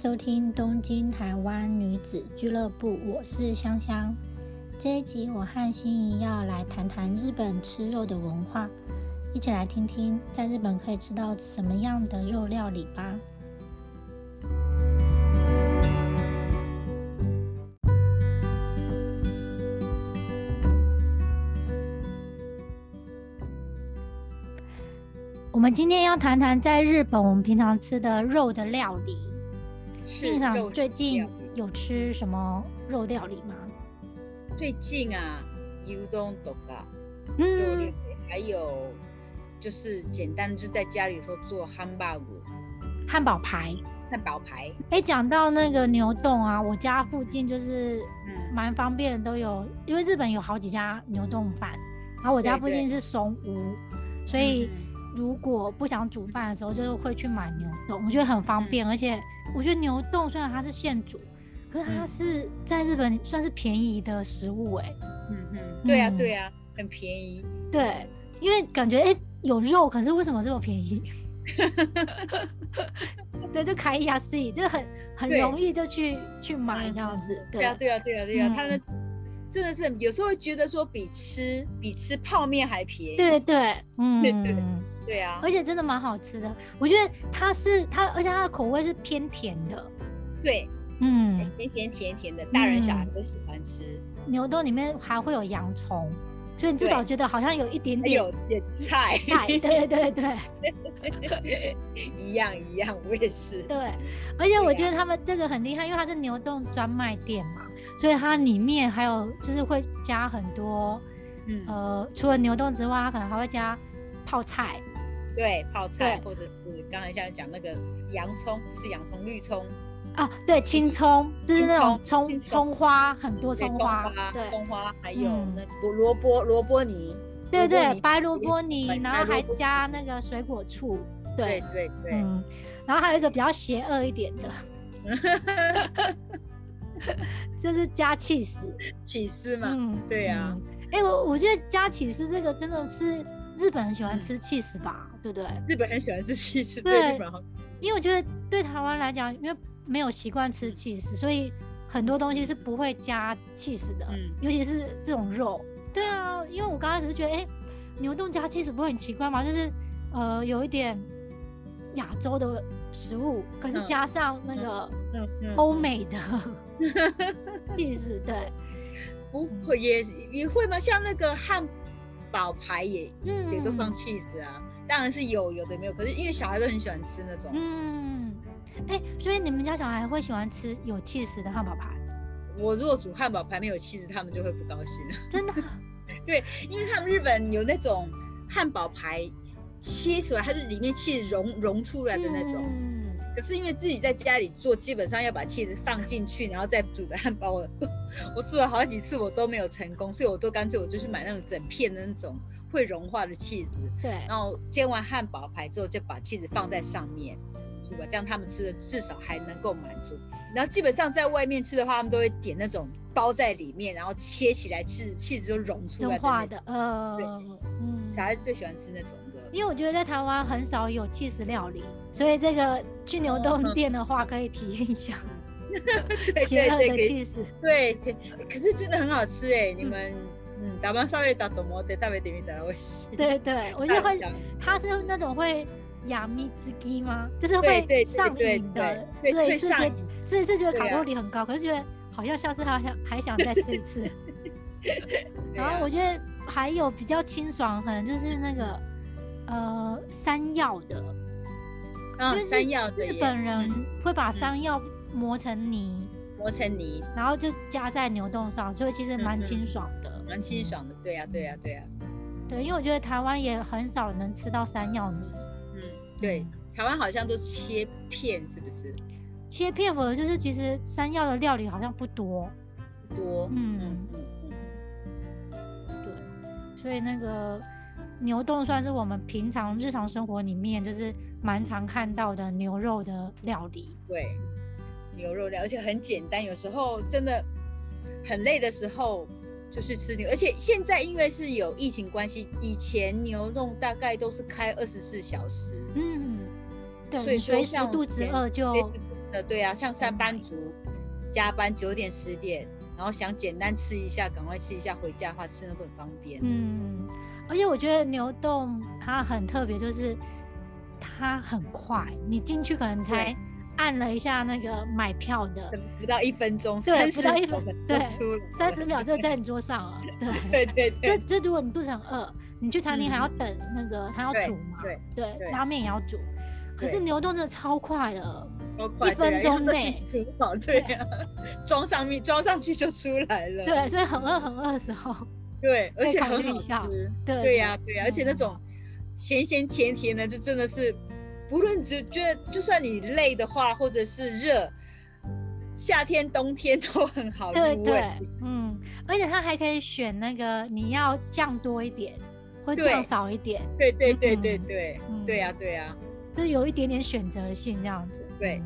收听东京台湾女子俱乐部，我是香香。这一集我和心怡要来谈谈日本吃肉的文化，一起来听听在日本可以吃到什么样的肉料理吧。我们今天要谈谈在日本我们平常吃的肉的料理。欣赏最近有吃什么肉料理吗？ 最近啊，油冬とか肉料理，还有就是简单就在家里的时候做汉堡排。讲到那个牛冻啊，我家附近就是蛮方便的，都有，因为日本有好几家牛冻饭，然后我家附近是松屋，所以如果不想煮饭的时候，就是会去买牛冻，我觉得很方便，而且我觉得牛冻虽然它是现煮，可是它是在日本算是便宜的食物对啊，很便宜。 对，因为感觉有肉，可是为什么这么便宜？对，就开亚西，就很容易就去买这样子。 对啊，他们真的是有时候会觉得说比吃泡面还便宜。对啊， 而且真的蛮好吃的。我觉得而且它的口味是偏甜的。 对，咸甜的，大人小孩都喜欢吃。 牛冻里面还会有洋葱，所以你至少觉得好像有一点点有点菜。 对， 一样，我也是。 对，而且我觉得他们这个很厉害，因为它是牛冻专卖店嘛，所以它里面还有就是会加很多，除了牛冻之外，它可能还会加泡菜。 对，泡菜，或者是刚才像讲那个洋葱，不是洋葱，绿葱啊，对，青葱，就是那种葱花，很多葱花， 对，葱花，还有那萝卜泥， 对，白萝卜泥，然后还加那个水果醋，对，然后还有一个比较邪恶一点的，就是加起司嘛，对啊， 我觉得加起司这个真的是日本很喜欢吃起司吧，对不对？ 日本很喜欢吃起司，对，日本好。 因为我觉得对台湾来讲，因为没有习惯吃起司，所以很多东西是不会加起司的，尤其是这种肉。对啊，因为我刚开始就觉得，牛冻加起司不会很奇怪吗？就是有一点亚洲的食物，可是加上那个欧美的起司，对， 不会也会吗？像那个汉堡排也都放起司啊，当然是有的没有，可是因为小孩都很喜欢吃那种。 所以你们家小孩会喜欢吃有起司的汉堡排？ 我如果煮汉堡排没有起司，他们就会不高兴了。 真的？ 对，因为他们日本有那种汉堡排切出来，它是里面起司融出来的那种。可是因为自己在家里做，基本上要把起司放进去，然后再煮的汉堡，我做了好几次我都没有成功，所以我都干脆我就去买那种整片的那种会融化的起司。 对， 然后煎完汉堡排之后，就把起司放在上面。这样他们吃的至少还能够满足。然后基本上在外面吃的话，他们都会点那种包在里面，然后切起来吃，起司就融出来的那种。小孩子最喜欢吃那种的。 因为我觉得在台湾很少有起司料理，所以这个去牛冻店的话可以体验一下邪恶的起司。 对，可是真的很好吃你们台湾稍微打懂もで食べてみたら美味しい。 对，我觉得会，它是那种会亚米之基吗？就是会上瘾的， 会上瘾。 这一次觉得卡路里很高，可是觉得好像下次还想再吃一次。然后我觉得还有比较清爽，可能就是那个山药的。 山药的。 日本人会把山药磨成泥，然后就加在牛冻上，所以其实蛮清爽的。 蛮清爽的，对啊。 对，因为我觉得台湾也很少能吃到山药泥。 对，台湾好像都是切片，是不是？ 切片，否则就是其实山药的料理好像不多。对，所以那个牛冻算是我们平常日常生活里面就是蛮常看到的牛肉的料理。 对，牛肉料，而且很简单，有时候真的很累的时候就是吃牛，而且现在因为是有疫情关系，以前牛冻大概都是开24小时， 对，所以随时肚子饿就的，对啊，像上班族加班9点10点，然后想简单吃一下，赶快吃一下，回家的话吃那都很方便。 而且我觉得牛洞它很特别，就是它很快，你进去可能才按了一下那个买票的， 不到1分钟， 对，不到1分，对 ，30 秒就在你桌上了， 对。 就如果你肚子很饿，你去餐厅还要等那个它要煮嘛，对，拉面也要煮，可是牛洞真的超快的，1分钟内煮好，对啊，装上去就出来了， 对，所以很饿的时候， 对，而且很好吃，对呀，而且那种咸咸甜甜的，就真的是。不论觉得就算你累的话，或者是热，夏天冬天都很好入味。 对，而且它还可以选那个你要酱多一点，或酱少一点。 对，对呀， 就是有一点点选择性这样子。 对，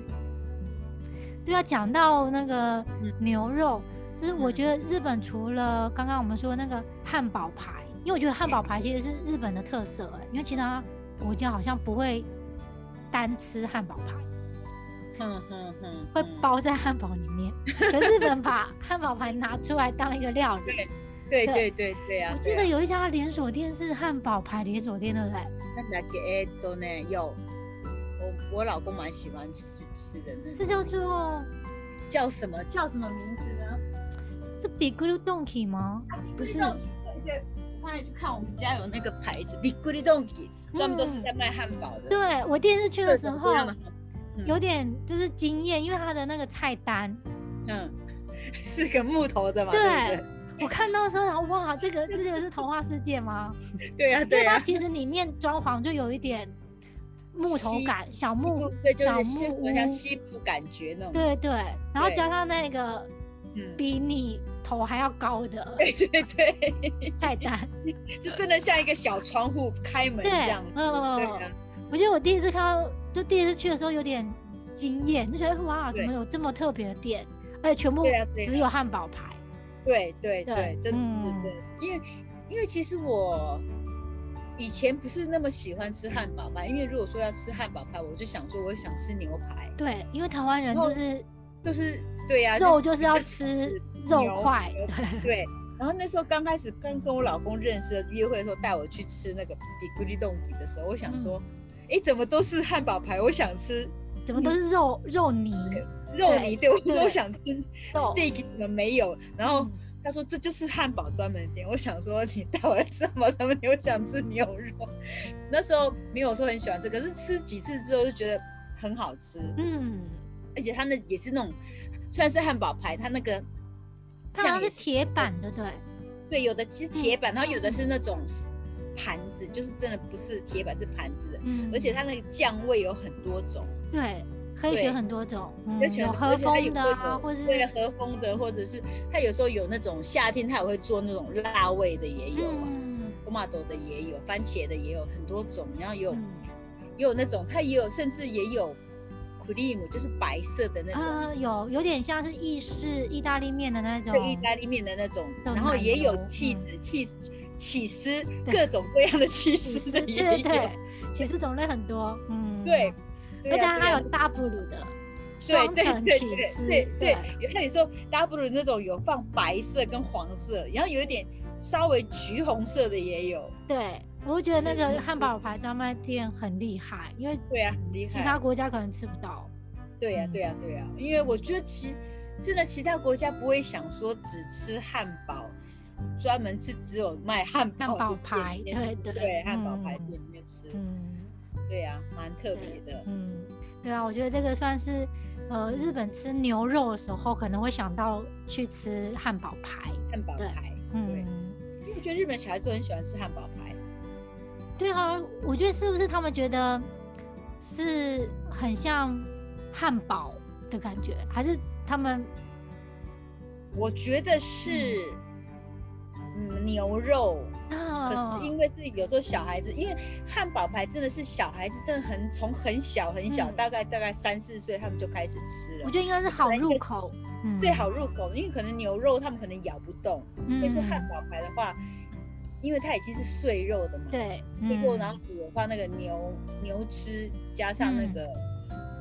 啊，讲到那个牛肉，就是我觉得日本除了刚刚我们说那个汉堡排，因为我觉得汉堡排其实是日本的特色，因为其他国家好像不会单吃汉堡排，会包在汉堡里面。可日本把汉堡排拿出来当一个料理。 对啊！ 我记得有一家连锁店是汉堡排连锁店，对不对？ 那有，我老公蛮喜欢吃的那是叫什么名字呢？ 是比咕噜洞体吗？不是。 我刚才去看我们家有那个牌子，比咕噜洞体。专门都是在卖汉堡的。 对，我第一次去的时候，有点就是惊艳，因为它的那个菜单， 是个木头的嘛。 对，我看到的时候，哇，这个是童话世界吗？ 对啊， 因为它其实里面装潢就有一点木头感，小木屋， 像西部感觉那种。 对，然后加上那个比你头还要高的， 对， 菜单就真的像一个小窗户开门这样。 我觉得我第一次看到，就第一次去的时候有点惊艳，就觉得哇，怎么有这么特别的店，而且全部只有汉堡排。 对，真的是，因为其实我以前不是那么喜欢吃汉堡排，因为如果说要吃汉堡排，我就想说我想吃牛排。 对，因为台湾人就是对呀， 肉就是要吃肉块。 对，然后那时候刚开始跟我老公认识的约会的时候，带我去吃那个比咕哩洞底的时候，我想说，怎么都是汉堡排，我想吃， 怎么都是肉泥， 对，我都想吃 steak， 怎么没有？然后他说这就是汉堡专门店。我想说你带我来吃汉堡专门店，我想吃牛肉。那时候没有说很喜欢吃，可是吃几次之后就觉得很好吃。而且它那也是那种，虽然是汉堡排，它那个它好像是铁板的， 对，有的是铁板，然后有的是那种盘子，就是真的不是铁板，是盘子的。而且它那个酱味有很多种， 对，可以选很多种，有和风的啊，或是对和风的，或者是它有时候有那种夏天它也会做那种辣味的也有啊，tomato 的也有，番茄的也有，很多种，然后也有那种它也有，甚至也有。cream 就是白色的那种， 有点像是意大利面的那种， 对，意大利面的那种，然后也有起司，各种各样的起司的也有， 对，起司种类很多， 对， 而且它还有 double 的双层起司， 对，它有时候 double 那种有放白色跟黄色，然后有一点稍微橘红色的也有， 对。我觉得那个汉堡排专卖店很厉害，因为很厉害， 其他国家可能吃不到。 对呀，因为我觉得真的其他国家不会想说只吃汉堡，专门是只有卖汉堡排，对， 汉堡排店里面吃，对呀，蛮特别的， 对啊，我觉得这个算是日本吃牛肉的时候可能会想到去吃汉堡排， 对，因为我觉得日本小孩子很喜欢吃汉堡排。 对啊，我觉得是不是他们觉得是很像汉堡的感觉，还是他们？ 我觉得是牛肉，可是因为是有时候小孩子，因为汉堡排真的是小孩子真的从很小很小，大概3、4岁他们就开始吃了。 我觉得应该是好入口， 对，好入口，因为可能牛肉他们可能咬不动，所以说汉堡排的话。因为它已经是碎肉的嘛， 对， 碎肉然后煮的话，那个牛汁加上那个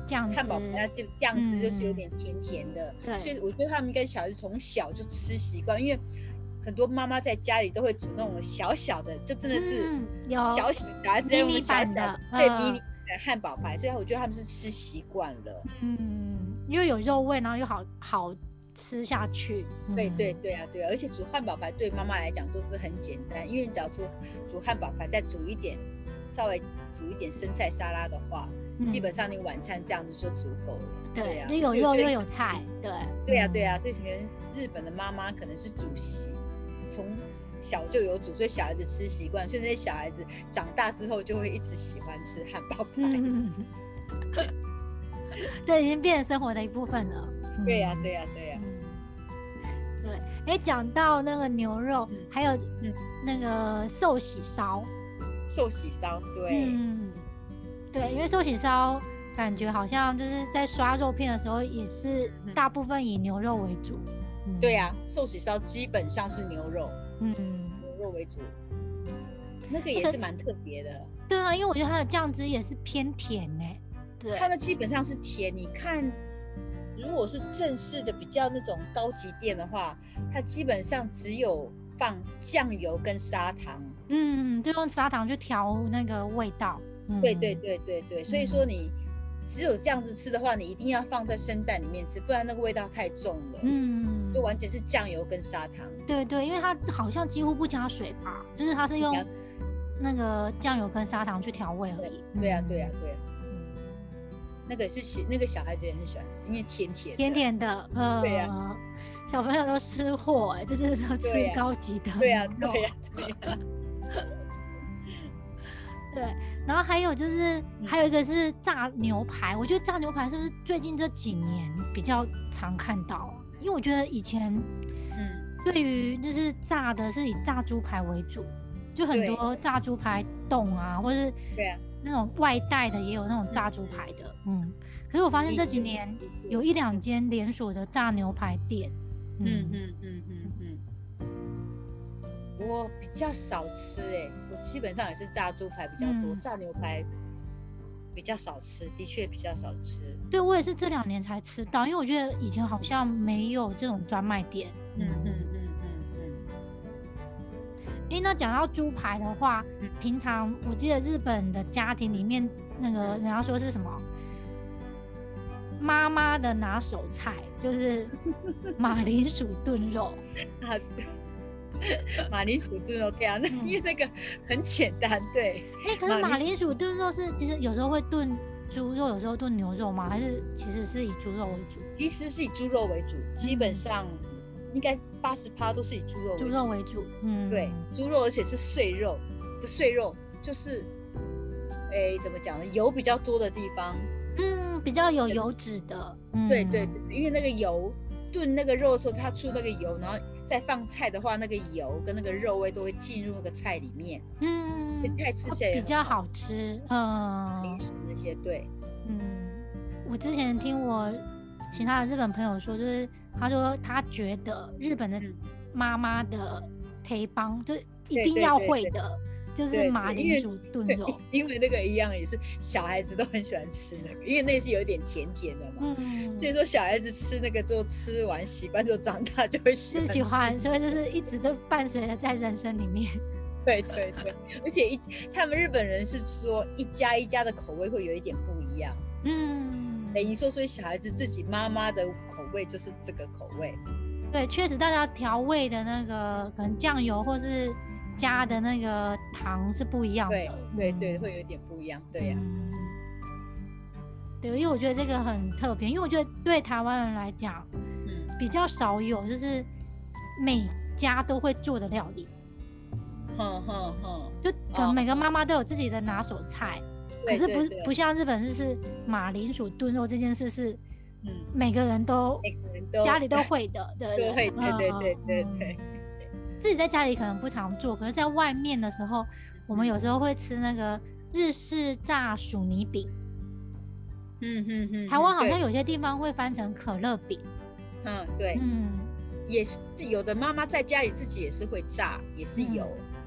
汉堡排就酱汁就是有点甜甜的，所以我觉得他们应该小孩子从小就吃习惯，因为很多妈妈在家里都会煮那种小小的，就真的是小孩子用小小的对迷你的汉堡排，所以我觉得他们是吃习惯了。 因为有肉味，然后又好吃下去。 对啊，而且煮汉堡排对妈妈来讲说是很简单，因为你只要煮汉堡排，再稍微煮一点生菜沙拉的话，基本上你晚餐这样子就足够了。 对啊，就有肉又有菜。 对啊，所以可能日本的妈妈可能是从小就有煮，所以小孩子吃习惯，所以那些小孩子长大之后就会一直喜欢吃汉堡排。 对，已经变成生活的一部分了。 对呀。 对，讲到那个牛肉，还有那个寿喜烧。对，因为寿喜烧感觉好像就是在刷肉片的时候，也是大部分以牛肉为主。 对啊，寿喜烧基本上是牛肉，牛肉为主，那个也是蛮特别的。 对啊，因为我觉得它的酱汁也是偏甜对， 它的基本上是甜。你看，如果是正式的比较那种高级店的话，它基本上只有放酱油跟砂糖， 就用砂糖去调那个味道。 对，所以说你只有这样子吃的话，你一定要放在生蛋里面吃，不然那个味道太重了。就完全是酱油跟砂糖。对， 因为它好像几乎不加水吧，就是它是用那个酱油跟砂糖去调味而已。 对啊。那个小孩子也很喜欢吃，因为甜甜的。对啊，小朋友都吃货这真的是吃高级的。 对啊。 对，然后还有就是还有一个是炸牛排，我觉得炸牛排是不是最近这几年比较常看到？因为我觉得以前对于就是炸的是以炸猪排为主，就很多炸猪排冻啊，或是那种外带的也有那种炸猪排的。可是我发现这几年有1-2间连锁的炸牛排店。 我比较少吃我基本上也是炸猪排比较多，炸牛排比较少吃，的确比较少吃。 对，我也是这2年才吃到，因为我觉得以前好像没有这种专卖店。那讲到猪排的话，平常我记得日本的家庭里面，那个人家说是什么妈妈的拿手菜，就是马铃薯炖肉。 马铃薯炖肉，对啊，因为那个很简单。对， 可是马铃薯炖肉是其实有时候会炖猪肉，有时候炖牛肉吗？还是其实是以猪肉为主？ 其实是以猪肉为主，基本上应该80%都是以猪肉为主。对，猪肉，而且是碎肉，不碎肉就是怎么讲呢？油比较多的地方， 比较有油脂的。 对，因为那个油炖那个肉的时候，它出那个油，然后再放菜的话，那个油跟那个肉味都会进入那个菜里面。菜吃起来比较好吃。 那些对。 我之前听我其他的日本朋友说，就是他说他觉得日本的妈妈的推帮就一定要会的，就是马铃薯炖肉。 因为那个一样也是小孩子都很喜欢吃那个，因为那是有点甜甜的嘛。所以说小孩子吃那个之后吃完习惯，就长大就会喜欢， 所以就是一直都伴随着在人生里面。 对，而且他们日本人是说一家一家的口味会有一点不一样。等于说，所以小孩子自己妈妈的口味就是这个口味。 对，确实大家调味的那个可能酱油或是加的那个糖是不一样的。 对，会有一点不一样。对呀。 对，因为我觉得这个很特别，因为我觉得对台湾人来讲，比较少有就是每家都会做的料理。就可能每个妈妈都有自己的拿手菜。可是不像日本是马铃薯炖肉这件事是每个人都家里都会的。对，自己在家里可能不常做，可是在外面的时候，我们有时候会吃那个日式炸薯泥饼。台湾好像有些地方会翻成可乐饼。 对，也是有的妈妈在家里自己也是会炸，也是有。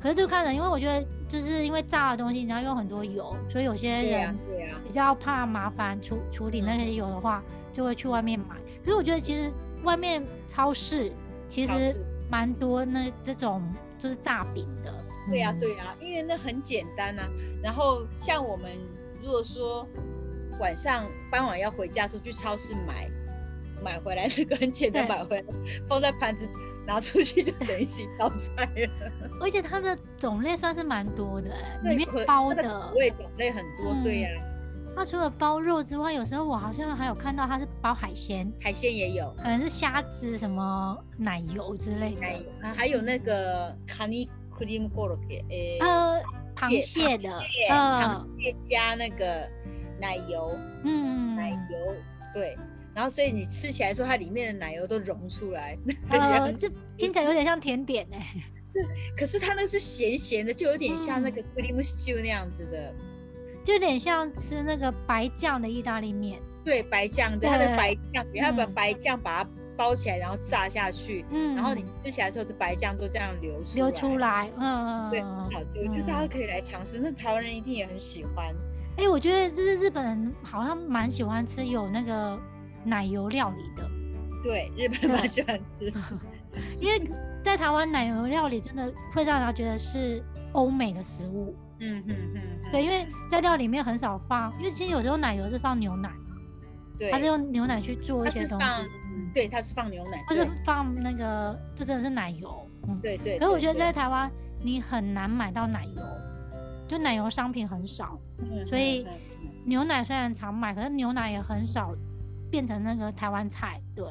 可是就看人，因为我觉得就是因为炸的东西你要用很多油，所以有些人比较怕麻烦处理那些油的话，就会去外面买。可是我觉得其实外面超市其实蛮多这种就是炸饼的。 对呀，对呀，因为那很简单啊。然后像我们如果说傍晚要回家的时候去超市买回来，那个很简单，买回来放在盘子拿出去就等于是一道菜了。 而且它的种类算是蛮多的，里面包的口味种类很多。对呀， 它除了包肉之外，有时候我好像还有看到它是包海鲜也有， 可能是虾子、什么奶油之类的。 还有那个卡尼クリームコロッケ， 螃蟹的， 螃蟹加那个奶油，奶油，对。然后所以你吃起来的时候，它里面的奶油都溶出来， 这听起来有点像甜点可是它那是咸咸的，就有点像那个 cream stew 那样子的， 就有点像吃那个白酱的意大利面。 对，白酱的，它的白酱，它把白酱把它包起来，然后炸下去，然后你吃起来的时候，白酱都这样流出来。对，好，我觉得大家可以来尝试，那台湾人一定也很喜欢。 我觉得就是日本人好像蛮喜欢吃有那个奶油料理的。 对，日本蛮喜欢吃， 因为在台湾奶油料理真的会让人觉得是欧美的食物。对，因为在料理里面很少放，因为其实有时候奶油是放牛奶嘛，对，它是用牛奶去做一些东西。 对，它是放牛奶， 或是放那个，就真的是奶油。 对。 可是我觉得在台湾你很难买到奶油，就奶油商品很少，所以牛奶虽然常买，可是牛奶也很少变成那个台湾菜。对，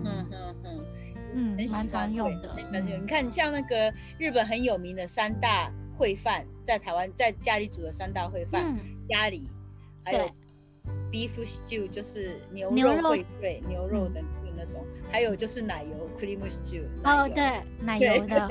蛮常用的。 你看，像那个日本很有名的3大烩饭，在台湾在家里煮的3大烩饭，咖喱，还有 beef stew 就是牛肉烩，对，牛肉的那种，还有就是奶油 cream stew， 对，奶油的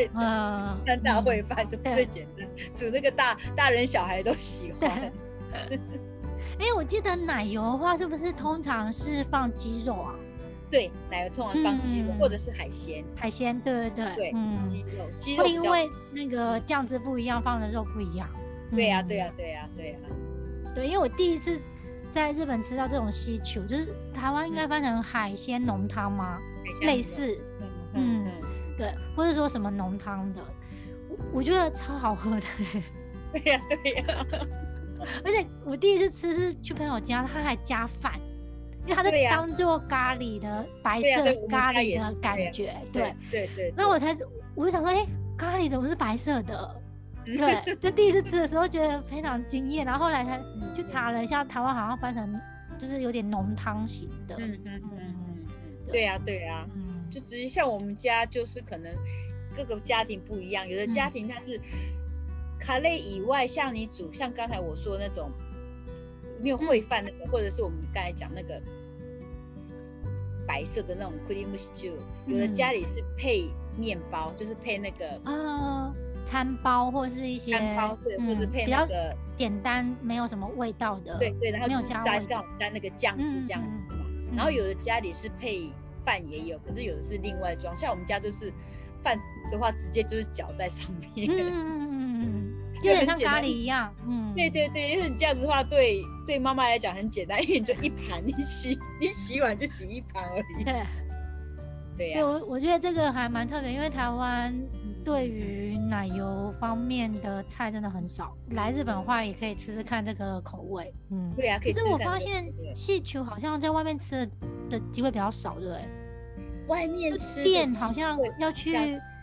，3大烩饭就最简单，煮那个大人小孩都喜欢。 我记得奶油的话，是不是通常是放鸡肉啊？ 对，奶油通常放鸡肉，或者是海鲜。 对，鸡肉会因为那个酱汁不一样，放的肉不一样。对呀。对，因为我第一次在日本吃到这种西球，就是台湾应该翻成海鲜浓汤吗？类似，对，或者说什么浓汤的，我觉得超好喝的。 对呀。 而且我第一次吃是去朋友家，他还加饭，因为他是当做咖喱的白色咖喱的感觉。对。那我就想说，咖喱怎么是白色的？对，就第一次吃的时候觉得非常惊艳，然后后来才去查了一下，台湾好像翻成就是有点浓汤型的。 对呀。就只是像我们家，就是可能各个家庭不一样，有的家庭它是咖喱以外，像你煮，像刚才我说那种没有烩饭那个，或者是我们刚才讲那个白色的那种 cream stew， 有的家里是配面包，就是配那个餐包或是一些餐包，对，或者配那个简单没有什么味道的， 对，然后就是沾那个酱汁这样子嘛。然后有的家里是配饭也有，可是有的是另外装，像我们家就是饭的话直接就是搅在上面， 就有点像咖喱一样。 对，因为你这样子的话，对妈妈来讲很简单，因为你就一盘，你洗碗就洗一盘而已。对呀。 我觉得这个还蛮特别，因为台湾对于奶油方面的菜真的很少，来日本的话也可以吃吃看这个口味。 对呀，可以吃。 可是我发现细球好像在外面吃的机会比较少，对不对？ 外面吃店好像要去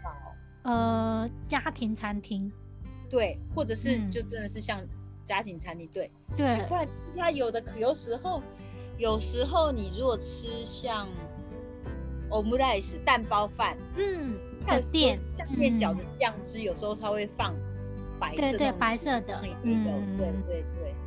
家庭餐厅， 对，或者是就真的是像家庭餐厅，对。不然它有时候你如果吃像 omelette 蛋包饭，的店上面搅的酱汁，有时候它会放白色的， 白色的， 对，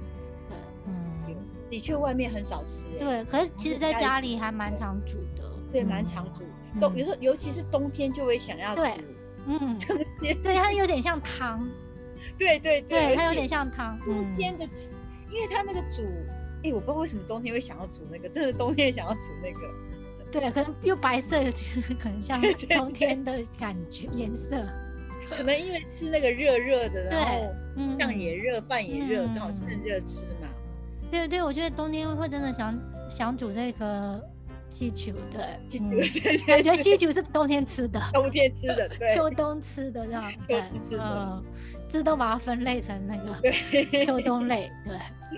的确外面很少吃。 对，可是其实在家里还蛮常煮的。 对，蛮常煮。有时候尤其是冬天就会想要煮。 对，它有点像汤。 对， 它有点像汤。 冬天的，因为它那个煮，我不知道为什么冬天会想要煮那个，真的冬天想要煮那个。 对，可能又白色，可能像冬天的感觉颜色。 可能因为吃那个热热的，然后酱也热，饭也热，刚好趁热吃嘛。 对对，我觉得冬天会真的想煮这个西球，对，感觉西球是冬天吃的， 冬天吃的，对， 秋冬吃的这样， 秋冬吃的， 自动把它分类成那个秋冬类，对，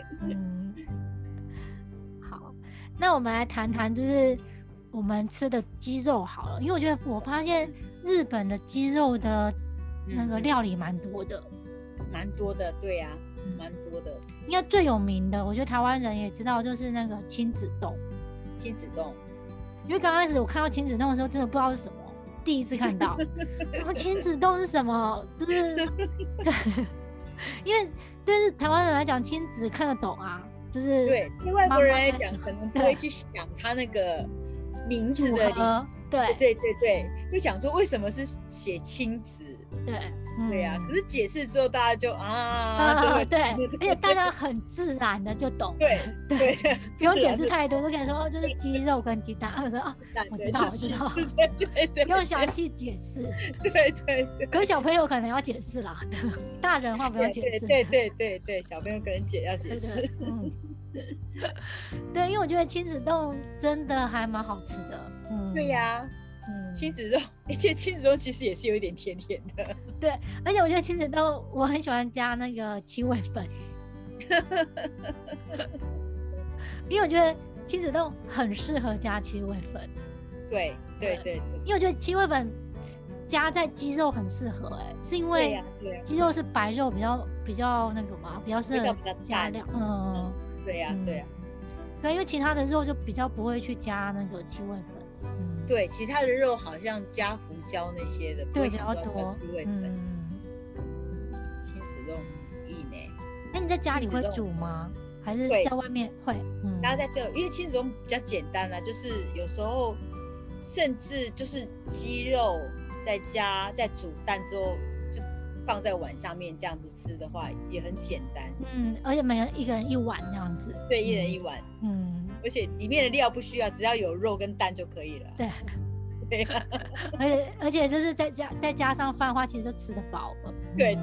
好，那我们来谈谈就是我们吃的鸡肉好了，因为我发现日本的鸡肉的那个料理蛮多的， 对呀，蛮多的。 应该最有名的，我觉得台湾人也知道，就是那个亲子冻。因为刚开始我看到亲子冻的时候，真的不知道是什么，第一次看到。然后亲子冻是什么？就是因为对台湾人来讲，亲子看得懂啊，就是对外国人来讲，可能不会去想他那个名字的对，会想说为什么是写亲子？对呀，可是解释之后，大家就对，而且大家很自然的就懂， 对， 不用解释太多，就跟你说就是鸡肉跟鸡蛋，他们说我知道，对，不用详细解释， 对。 可是小朋友可能要解释啦，大人的话不用解释， 对，小朋友可能要解释， 对，因为我觉得亲子冻真的还蛮好吃的， 对呀。亲子肉，而且亲子肉其实也是有一点甜甜的。 对，而且我觉得亲子肉我很喜欢加那个七味粉，因为我觉得亲子肉很适合加七味粉。 对， 因为我觉得七味粉加在鸡肉很适合，是因为鸡肉是白肉，比较那个嘛，比较适合加料。 对呀， 因为其他的肉就比较不会去加那个七味粉。 对，其他的肉好像加胡椒那些的， 对，比较多。 亲子肉意呢？ 那你在家里会煮吗？还是在外面会？ 大家在这，因为亲子肉比较简单啦，就是有时候甚至就是鸡肉再煮蛋之后，就放在碗上面这样子吃的话，也很简单。 而且每人一个人一碗这样子。 对，一人一碗。而且里面的料不需要，只要有肉跟蛋就可以了。对， 而且就是再加上饭的话，其实就吃得饱了。 对。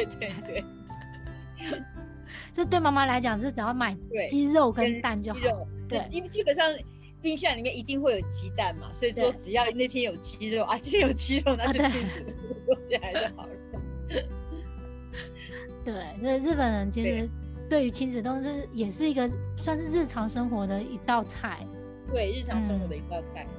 这对妈妈来讲，就只要买鸡肉跟蛋就好。 对，基本上冰箱里面一定会有鸡蛋嘛，所以说只要那天有鸡肉今天有鸡肉，那就亲子做起来就好了。 对，所以日本人其实对于亲子冻也是一个算是日常生活的一道菜。 对，日常生活的一道菜。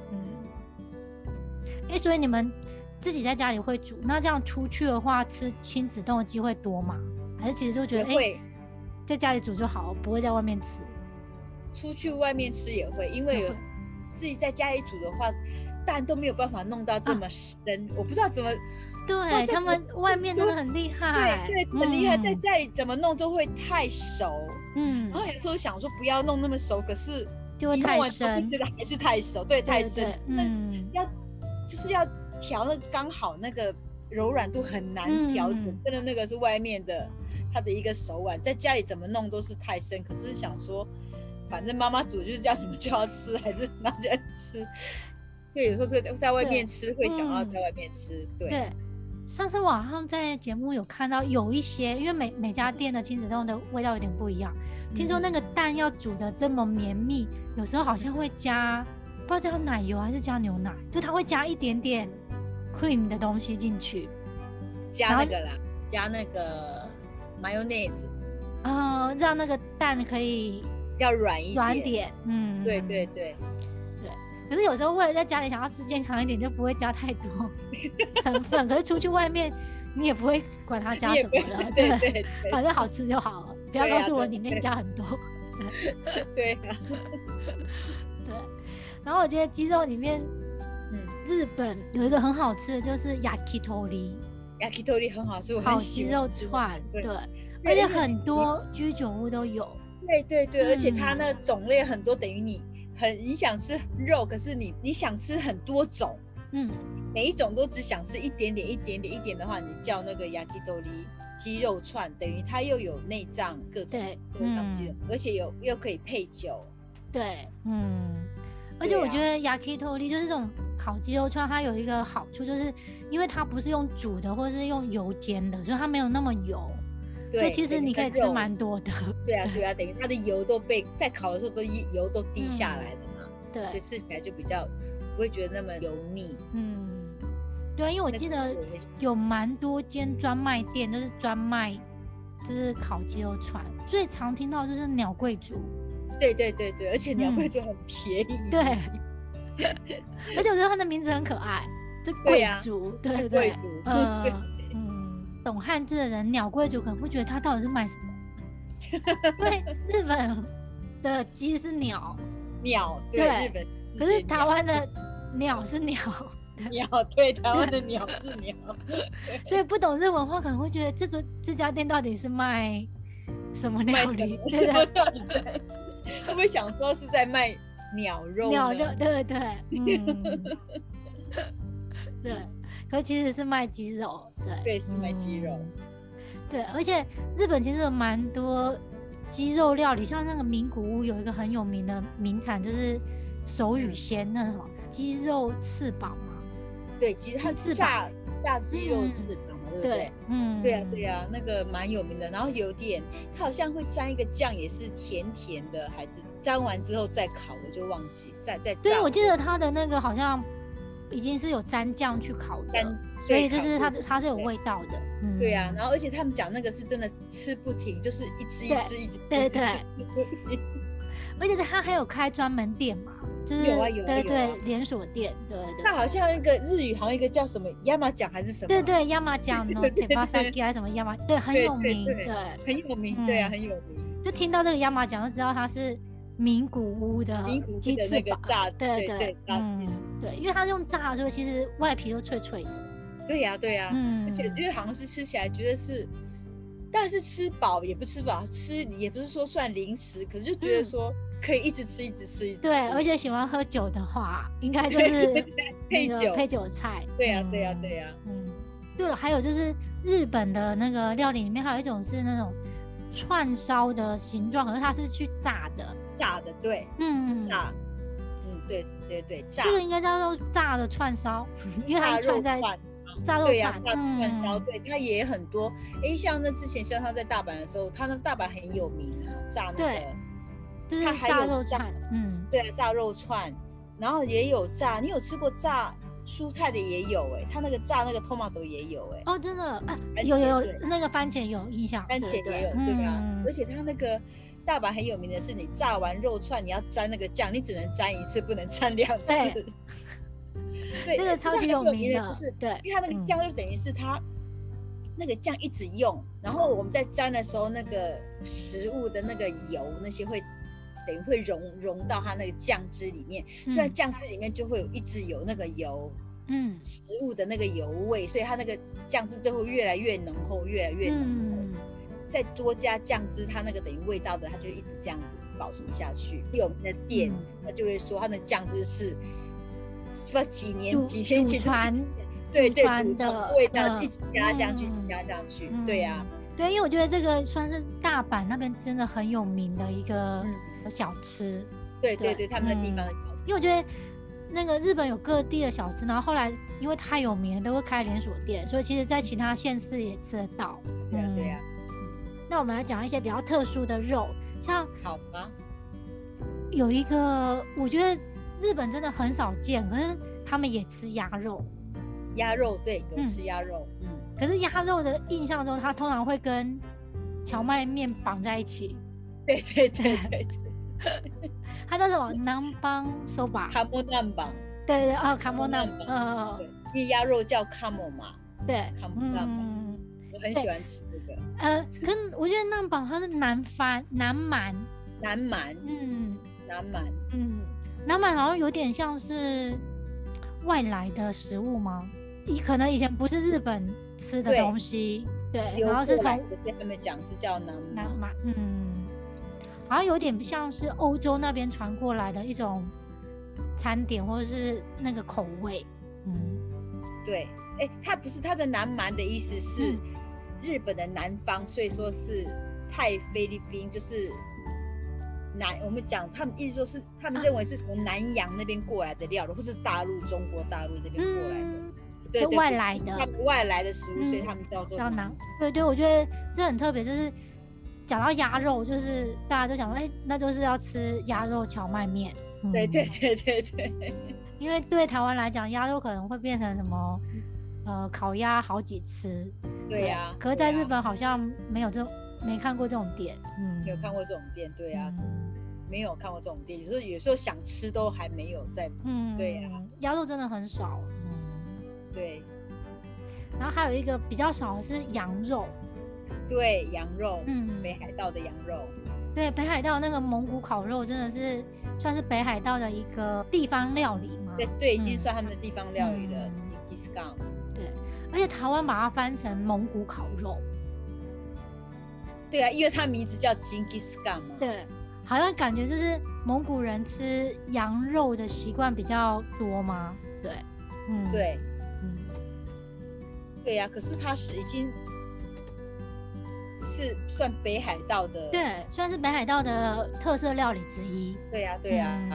所以你们自己在家里会煮，那这样出去的话，吃亲子冻的机会多吗？还是其实就觉得在家里煮就好，不会在外面吃？ 出去外面吃也会，因为自己在家里煮的话，蛋都没有办法弄到这么深，我不知道怎么。 对，他们外面真的很厉害， 对，很厉害，在家里怎么弄都会太熟。然后有时候想说不要弄那么熟，可是就会太深， 就觉得还是太熟，对，太深。就是要调那刚好那个柔软度很难调整，真的那个是外面的它的一个手腕，在家里怎么弄都是太深。可是想说，反正妈妈煮就是叫你们就要吃，还是拿起来吃。所以有时候在外面吃会想要在外面吃，对。 上次网上在节目有看到有一些，因为每家店的亲子冻的味道有点不一样。听说那个蛋要煮的这么绵密，有时候好像会加不知道加奶油还是加牛奶，就它会加一点点 cream 的东西进去， 加那个啦，加那个 mayonnaise， 让那个蛋可以比较软点。 对。 可是有时候为了在家里想要吃健康一点，就不会加太多成分。可是出去外面，你也不会管它加什么了，对，反正好吃就好了。不要告诉我里面加很多。 对。 然后我觉得鸡肉里面，日本有一个很好吃的，就是 yakitori 很好吃，我很喜欢。 鸡肉串，对，而且很多居酒屋都有。 对，而且它那种类很多，等于你想吃肉，可是你想吃很多种，每一种都只想吃一点点的话，你叫那个 yakitori 鸡肉串，等于它又有内脏各种鸡肉，而且又可以配酒。 对， 而且我觉得 yakitori 就是这种烤鸡肉串，它有一个好处，就是因为它不是用煮的或是用油煎的，所以它没有那么油，所以其实你可以吃蛮多的。 对啊，等于它的油都被在烤的时候油都滴下来的嘛， 对， 所以吃起来就比较不会觉得那么油腻。 对，因为我记得有蛮多间专卖店都是专卖就是烤鸡肉串，最常听到就是鸟贵族。 对，而且鸟贵族很便宜。 对，而且我觉得它的名字很可爱，就贵族，对贵族。 懂汉字的人，鸟贵族可能会觉得它到底是卖什么，因为日本的鸡是鸟， 对，日本， 可是台湾的鸟是鸟。 对，台湾的鸟是鸟， 所以不懂日文化可能会觉得这家店到底是卖什么料理？ 会不会想说是在卖鸟肉？ 对，对，可是其实是卖鸡肉， 对，是卖鸡肉， 对，而且日本其实有蛮多鸡肉料理，像那个名古屋有一个很有名的名产就是手语鲜那什么鸡肉翅膀嘛。 对，其实它炸鸡肉翅膀嘛，对不对？对啊，那个蛮有名的。然后有点，它好像会沾一个酱，也是甜甜的，还是沾完之后再烤，我就忘记再炸。 对，我记得它的那个好像已经是有沾酱去烤的，所以就是它是有味道的。 对啊，然后而且他们讲那个是真的吃不停，就是一直对，而且它还有开专门店嘛。就是有啊， 对，连锁店，对。 它好像一个日语，好像一个叫什么亚麻酱还是什么？ 对，亚麻酱呢，铁巴萨基还是什么亚麻，对，很有名，对， 很有名，对啊，很有名。 就听到这个亚麻酱，就知道它是名古屋的鸡翅膀，对，对，因为它是用炸的，所以其实外皮都脆脆的。 对呀，而且因为好像是吃起来觉得是，但是吃饱也不吃饱，吃也不是说算零食，可是就觉得说。可以一直吃， 对，而且喜欢喝酒的话，应该就是配酒菜。 对呀。 对了，还有就是日本的那个料理里面还有一种是那种串烧的形状，可是它是去炸的， 对，炸，对，炸。 这个应该叫做炸的串烧，因为它是串在炸肉串， 炸串烧，对，它也很多。像那之前像他在大阪的时候，他那大阪很有名啊，炸那个。 就是炸肉串， 对啊，炸肉串，然后也有炸，你有吃过炸蔬菜的也有他那个炸那个 tomato 也有哦，真的啊，有那个番茄有印象， 番茄也有，对啊，而且它那个大阪很有名的是，你炸完肉串你要沾那个酱，你只能沾一次，不能沾2次。 对，这个超级有名的， 就是对，因为它那个酱就等于是它那个酱一直用，然后我们在沾的时候，那个食物的那个油那些会。等于会融到它那个酱汁里面，所以在酱汁里面就会一直有那个油，食物的那个油味，所以它那个酱汁就会越来越浓厚，越来越浓厚。再多加酱汁，它那个等于味道的，它就一直这样子保存下去。有名的店，他就会说它的酱汁是不知道几千年传， 对，祖传味道一直加上去，对呀。 对，因为我觉得这个算是大阪那边真的很有名的一个小吃。 对，他们的地方的小吃。 因为我觉得那个日本有各地的小吃，然后后来因为太有名了，都会开连锁店，所以其实在其他县市也吃得到。 对呀。 那我们来讲一些比较特殊的肉，像好吗？ 有一个我觉得日本真的很少见，可是他们也吃鸭肉。 鸭肉，对，有吃鸭肉。 可是鸭肉的印象中，它通常会跟荞麦面绑在一起。 对。 它叫什么？南邦 soba。卡莫南邦。 对，卡莫南邦。 因为鸭肉叫卡莫嘛。 对。 卡莫南邦。我很喜欢吃这个。 跟我觉得南邦它是南蛮。 南蛮。 南蛮好像有点像是外来的食物吗？可能以前不是日本吃的东西，对，然后是从他们讲是叫南蛮， 好像有点像是欧洲那边传过来的一种餐点或者是那个口味， 对，它不是它的南蛮的意思是日本的南方，所以说是泰菲律宾，就是我们讲他们意思说是他们认为是从南洋那边过来的料理，或是中国大陆那边过来的， 对，外来的， 他们外来的食物，所以他们叫做馕。 对，我觉得这很特别，就是讲到鸭肉，就是大家都想说，那就是要吃鸭肉荞麦面。 对， 因为对台湾来讲，鸭肉可能会变成什么烤鸭好几吃。 对呀。 可是在日本好像没看过这种店。 有看过这种店，对呀。没有看过这种店，有时候想吃都还没有在。对呀。 鸭肉真的很少。 对。 然后还有一个比较少的是羊肉。 对，羊肉。北海道的羊肉。 对，北海道那个蒙古烤肉真的是算是北海道的一个地方料理嘛？ 对，已经算他们的地方料理了。 对，而且台湾把它翻成蒙古烤肉。 对啊，因为它名字叫成吉思汗嘛。 对，好像感觉就是蒙古人吃羊肉的习惯比较多吗？对， 对，对呀，可是它是已经是算北海道的， 对，算是北海道的特色料理之一。 对呀，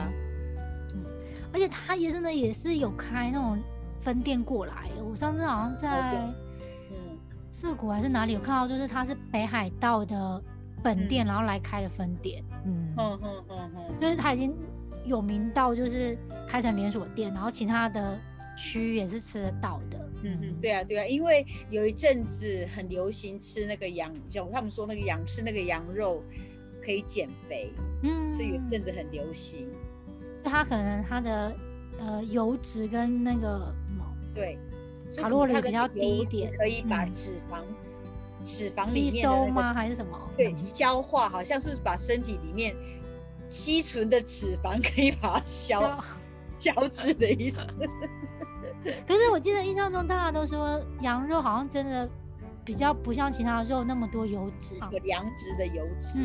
而且它也真的也是有开那种分店过来。我上次好像在涩谷还是哪里有看到，就是它是北海道的本店，然后来开的分店。就是它已经有名到就是开成连锁店，然后其他的区也是吃得到的。 对啊，因为有一阵子很流行吃那个羊，他们说那个吃那个羊肉可以减肥，所以有一阵子很流行。 它可能它的油脂跟那个对卡路里比较低一点， 可以把脂肪里面吸收吗？还是什么？ 对，消化，好像是把身体里面积存的脂肪可以把它消脂的意思。 可是我记得印象中大家都说羊肉好像真的比较不像其他的肉那么多油脂， 有良质的油脂。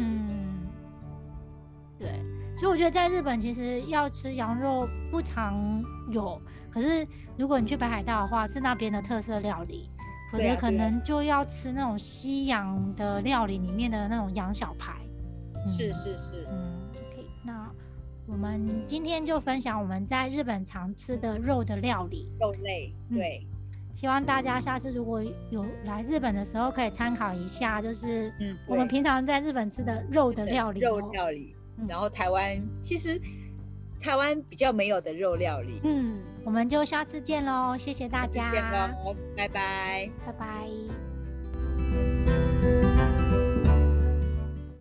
对，所以我觉得在日本其实要吃羊肉不常有，可是如果你去北海道的话，是那边的特色料理，否则可能就要吃那种西洋的料理里面的那种羊小排。 是。 OK， 那我们今天就分享我们在日本常吃的肉的料理， 肉类。对， 希望大家下次如果有来日本的时候，可以参考一下，就是我们平常在日本吃的肉的料理。 肉料理，然后其实台湾比较没有的肉料理。 我们就下次见喽，谢谢大家， 再见喽，拜拜， 拜拜。